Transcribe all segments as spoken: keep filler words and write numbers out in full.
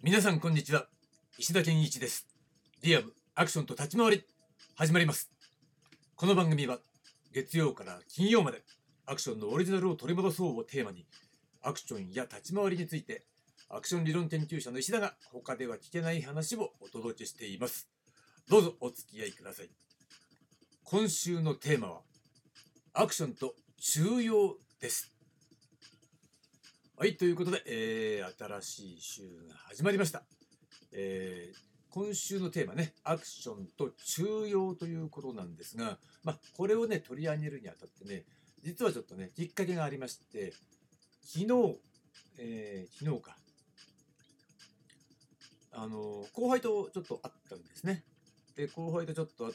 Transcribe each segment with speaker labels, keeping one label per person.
Speaker 1: 皆さんこんにちは、石田健一です。リアムアクションと立ち回り始まります。この番組は月曜から金曜までアクションのオリジナルを取り戻そうをテーマに、アクションや立ち回りについてアクション理論研究者の石田が他では聞けない話をお届けしています。どうぞお付き合いください。今週のテーマはアクションと中庸です。はい、ということで、えー、新しい週が始まりました。えー、今週のテーマね、アクションと中庸ということなんですが、まあ、これをね、取り上げるにあたってね、実はちょっとね、きっかけがありまして、昨日、えー、昨日か、あの後輩とちょっと会ったんですね。で、後輩とちょっと会って、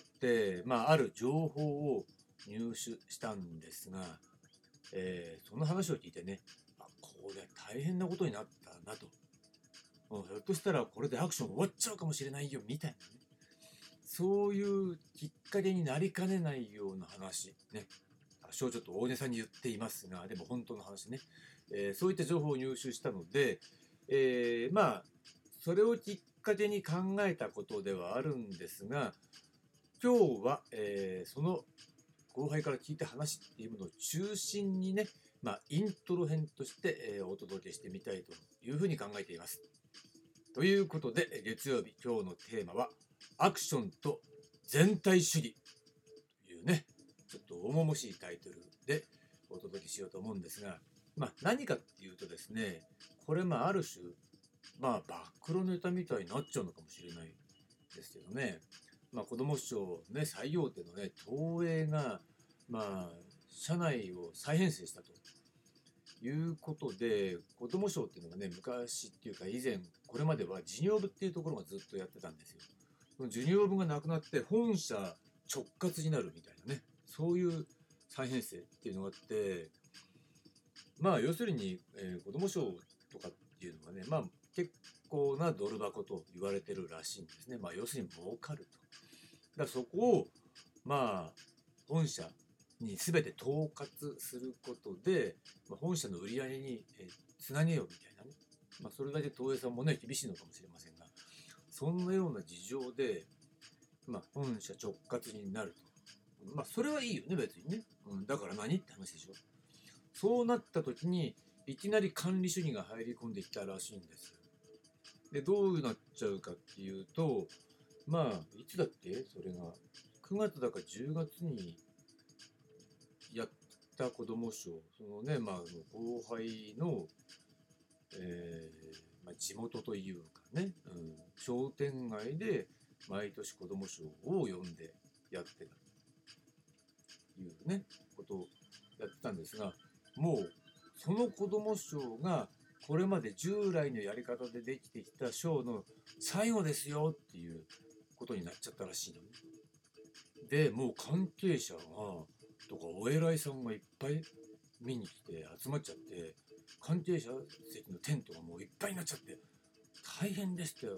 Speaker 1: まあ、ある情報を入手したんですが、えー、その話を聞いてね、あ、これ大変なことになったなと。ひょっとしたらこれでアクション終わっちゃうかもしれないよみたいなね。そういうきっかけになりかねないような話ね。多少ちょっと大げさに言っていますが、でも本当の話ね。えー、そういった情報を入手したので、えー、まあ、それをきっかけに考えたことではあるんですが、今日は、えー、その後輩から聞いた話っていうものを中心にね、まあ、イントロ編として、えー、お届けしてみたいというふうに考えています。ということで、月曜日、今日のテーマは、アクションと全体主義というね、ちょっと重々しいタイトルでお届けしようと思うんですが、まあ、何かっていうとですね、これ、まあ、ある種、まあ、暴露ネタみたいになっちゃうのかもしれないですけどね、まあ、子ども賞ね、最大手のね、東映が、まあ、社内を再編成したと。いうことで、子ども賞っていうのがね、昔っていうか以前、これまでは事業部っていうところがずっとやってたんですよ。その事業部がなくなって本社直轄になるみたいなね、そういう再編成っていうのがあって、まあ要するに、えー、子ども賞とかっていうのはね、まあ結構なドル箱と言われてるらしいんですね。まあ要するに儲かると。だからそこを、まあ本社に全て統括することで、まあ、本社の売り上げに、えー、つなげようみたいなね、まあ、それだけ東映さんもね厳しいのかもしれませんが、そんなような事情で、まあ、本社直轄になると。まあそれはいいよね別にね、うん、だから何って話でしょ。そうなった時にいきなり管理主義が入り込んできたらしいんですよ。でどうなっちゃうかっていうと、まあいつだっけそれがくがつだかじゅうがつにやった子ども賞、そのね、まあ、後輩の、えーまあ、地元というかね、うん、商店街で毎年子ども賞を呼んでやってたというね、ことをやってたんですが、もうその子ども賞がこれまで従来のやり方でできてきた賞の最後ですよっていうことになっちゃったらしいのね。で、もう関係者がとかお偉いさんがいっぱい見に来て集まっちゃって、関係者席のテントがもういっぱいになっちゃって大変でしたよって、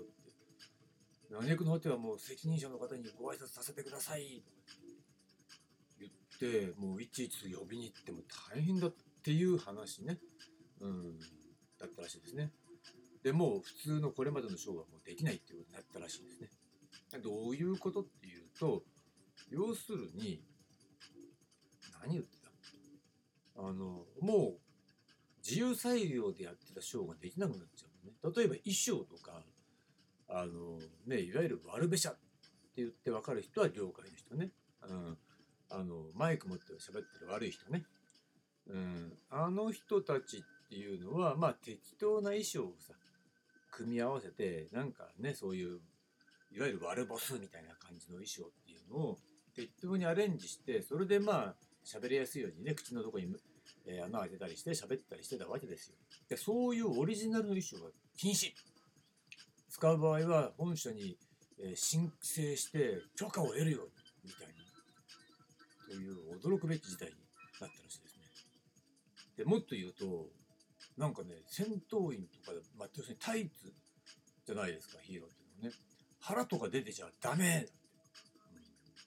Speaker 1: 挙句の果てはもう責任者の方にご挨拶させてください言って、もういちいち呼びに行っても大変だっていう話ね、うん、だったらしいですね。でもう普通のこれまでのショーはもうできないっていうことになったらしいですね。どういうことっていうと、要するに何言ってた、あのもう自由裁量でやってたショーができなくなっちゃうのね。例えば衣装とか、あのね、いわゆる悪べしゃって言って分かる人は業界の人ね、うん、あのマイク持って喋ってる悪い人ね、うん、あの人たちっていうのはまあ適当な衣装をさ組み合わせて、なんかね、そういういわゆる悪ボスみたいな感じの衣装っていうのを適当にアレンジして、それでまあ喋りやすいようにね、口のとこに、えー、穴開けたりして喋ったりしてたわけですよ。でそういうオリジナルの衣装が禁止。使う場合は本社に、えー、申請して許可を得るようにみたいな、という驚くべき事態になったらしいですね。でもっと言うと、なんかね、戦闘員とかで、まあ、要するにタイツじゃないですか、ヒーローっていうのはね。腹とか出てちゃダメだって、うん、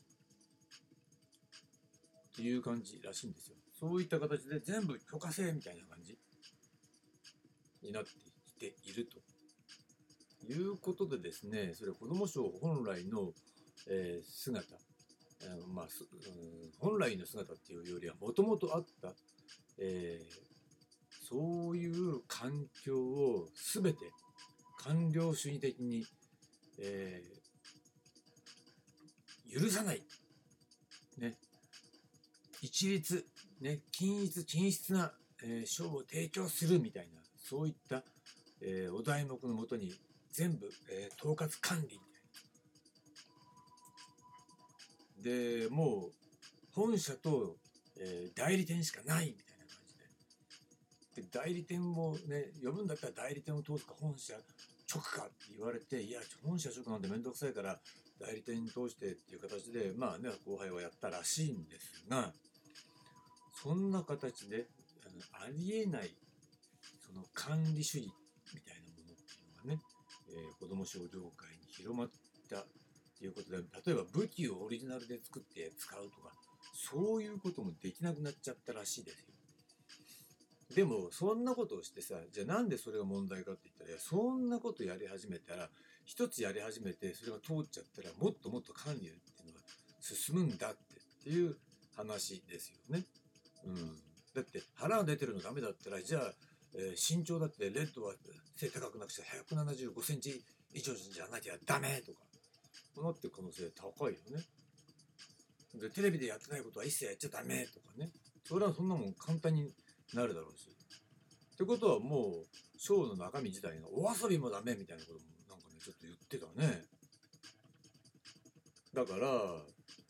Speaker 1: っていう感じらしいんですよ。そういった形で全部許可制みたいな感じになってきているということでですね、それ子ども賞本来の、えー姿、あのまあ、すうん本来の姿っていうよりはもともとあった、えーそういう環境を全て官僚主義的に、えー許さない、ね、一律、ね、均一均質な、えー賞を提供するみたいな、そういった、えーお題目のもとに全部、えー統括管理で、もう本社と、えー代理店しかないみたいな感じで、で代理店をね呼ぶんだったら代理店を通すか本社直かって言われて、いや本社直なんてめんどくさいから代理店に通してっていう形で、まあね後輩はやったらしいんですが、そんな形であのありえないその管理主義みたいなものっていうのがね、えー子ども商業界に広まったということで、例えば武器をオリジナルで作って使うとか、そういうこともできなくなっちゃったらしいですよ。でもそんなことをしてさ、じゃあなんでそれが問題かって言ったら、いやそんなことやり始めたら、一つやり始めてそれが通っちゃったら、もっともっと管理っていうのが進むんだってっていう話ですよね。うん、だって腹が出てるのダメだったら、じゃあ、えー身長だってレッドは背高くなくちゃひゃくななじゅうごセンチ以上じゃなきゃダメとかなってる可能性高いよね。でテレビでやってないことは一切やっちゃダメとかね、それはそんなもん簡単になるだろうし。ってことはもうショーの中身自体がお遊びもダメみたいなこともなんかねちょっと言ってたね。だから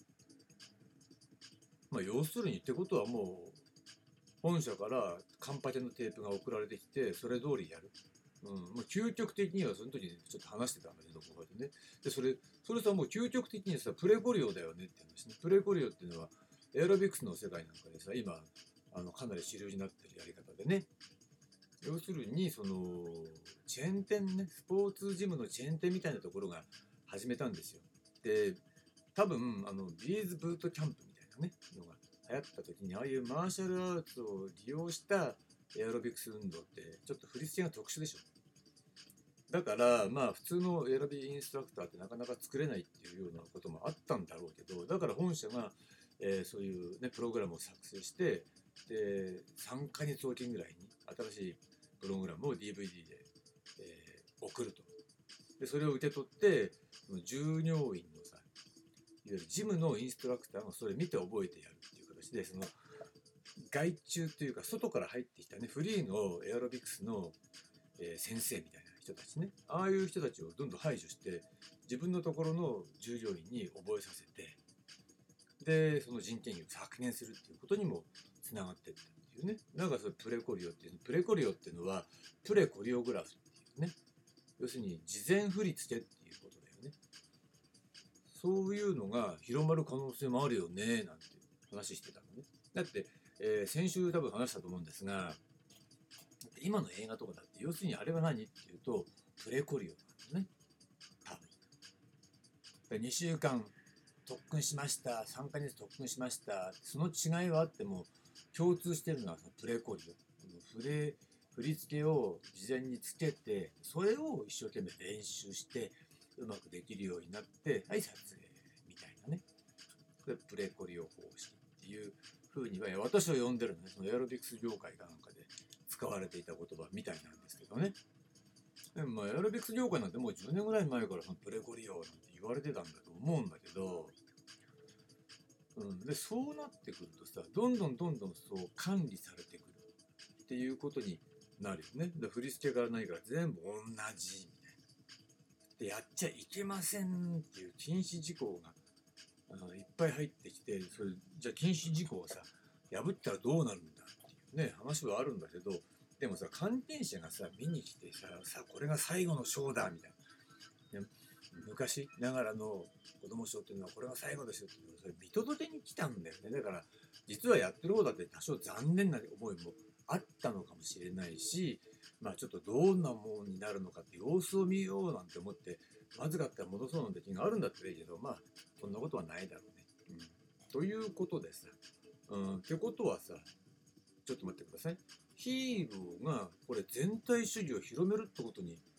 Speaker 1: まあ要するにってことはもう本社からカンパケのテープが送られてきてそれ通りやる。うん、まあ、究極的にはその時にちょっと話してたんだけど、こうやってね。で、それ、それさ、もう究極的にさ、プレゴリオだよねって話ね。プレゴリオっていうのは、エアロビクスの世界なんかでさ、今、あの、かなり主流になってるやり方でね。要するに、その、チェーン店ね、スポーツジムのチェーン店みたいなところが始めたんですよ。で、多分、あの、ビーズブートキャンプみたいなね、のが流行った時に、ああいうマーシャルアーツを利用したエアロビクス運動って、ちょっと振り付けが特殊でしょ。だからまあ普通のエアロビインストラクターってなかなか作れないっていうようなこともあったんだろうけど、だから本社が、えーそういう、ね、プログラムを作成して、でさんかげつおきぐらいに新しいプログラムを ディーブイディー で、えー送ると。でそれを受け取って従業員のさ、いわゆるジムのインストラクターがそれ見て覚えてやるっていう形で、その外注というか外から入ってきたねフリーのエアロビクスの、えー先生みたいな人たちね、ああいう人たちをどんどん排除して自分のところの従業員に覚えさせて、でその人件費を削減するっていうことにもつながっていったっていうね。だからそれプレコリオっていうプレコリオっていうのはプレコリオグラフっていうね、要するに事前振り付けっていうことだよね。そういうのが広まる可能性もあるよねなんて話してたのね。だって、えー先週多分話したと思うんですが、今の映画とかだって要するにあれは何っていうとプレコリオなんですね、多分。でにしゅうかん特訓しました、さんかげつ特訓しました、その違いはあっても共通してるのはそのプレコリオ、振れ振り付けを事前につけてそれを一生懸命練習してうまくできるようになって、はい撮影みたいなね、これプレコリオ方式っていう風には私は呼んでるのね。そのエアロビクス業界かなんかで使われていた言葉みたいなんですけどね。でもまあエアロビクス業界なんてもうじゅうねんぐらい前からそのプレコリオなんて言われてたんだと思うんだけど、うん、でそうなってくるとさ、どんどんどんどんそう管理されてくるっていうことになるよね。で振り付けから何から全部同じみたいな。でやっちゃいけませんっていう禁止事項があのいっぱい入ってきて、それじゃあ禁止事項をさ破ったらどうなるんだっていうね話はあるんだけど、でもさ関係者がさ見に来てささこれが最後のショーだみたいな、ね、昔ながらの子供ショーっていうのはこれが最後ですよっていうのをそれ見届けに来たんだよね。だから実はやってる方だって多少残念な思いもあったのかもしれないし、まあちょっとどんなものになるのかって様子を見ようなんて思ってまずかったら戻そうなんて気があるんだったらいいけど、まあそんなことはないだろうね。うん、ということでさ、うん、ってことはさ、ちょっと待ってください。ヒーローがこれ全体主義を広めるってことに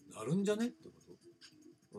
Speaker 1: なるんじゃねってこと。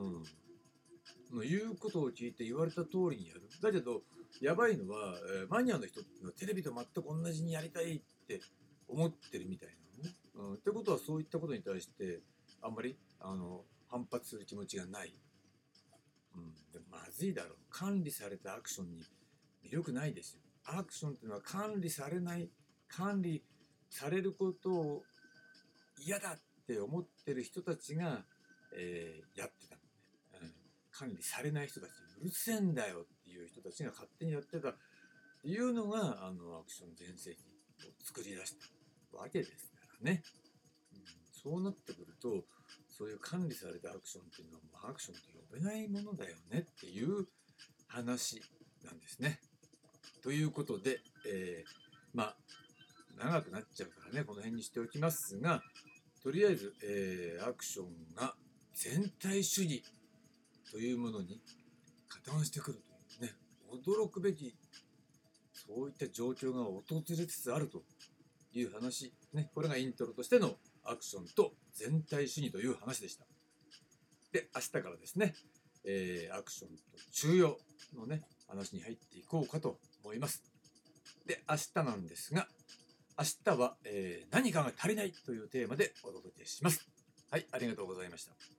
Speaker 1: うんの言うことを聞いて言われた通りにやる。だけどやばいのは、えーマニアの人っていうのはテレビと全く同じにやりたいって思ってるみたいなのね。うん、ってことはそういったことに対してあんまりあの反発する気持ちがない。うん、でもまずいだろう。管理されたアクションに魅力ないですよ。アクションっていうのは管理されない、管理されることを嫌だって思ってる人たちが、えーやってたのね、うん。管理されない人たち、うるせえんだよっていう人たちが勝手にやってたっていうのが、あのアクション全盛期を作り出したわけですからね。うん、そうなってくると、そういう管理されたアクションっていうのはもうアクションと呼べないものだよねっていう話なんですね。ということで、えーまあ長くなっちゃうからね、この辺にしておきますが、とりあえず、えーアクションが全体主義というものに加担してくるというね、驚くべきそういった状況が訪れつつあるという話、ね、これがイントロとしてのアクションと全体主義という話でした。で、明日からですね、えーアクションと中庸のね、話に入っていこうかと思います。で、明日なんですが、明日は、えー何かが足りないというテーマでお届けします。はい、ありがとうございました。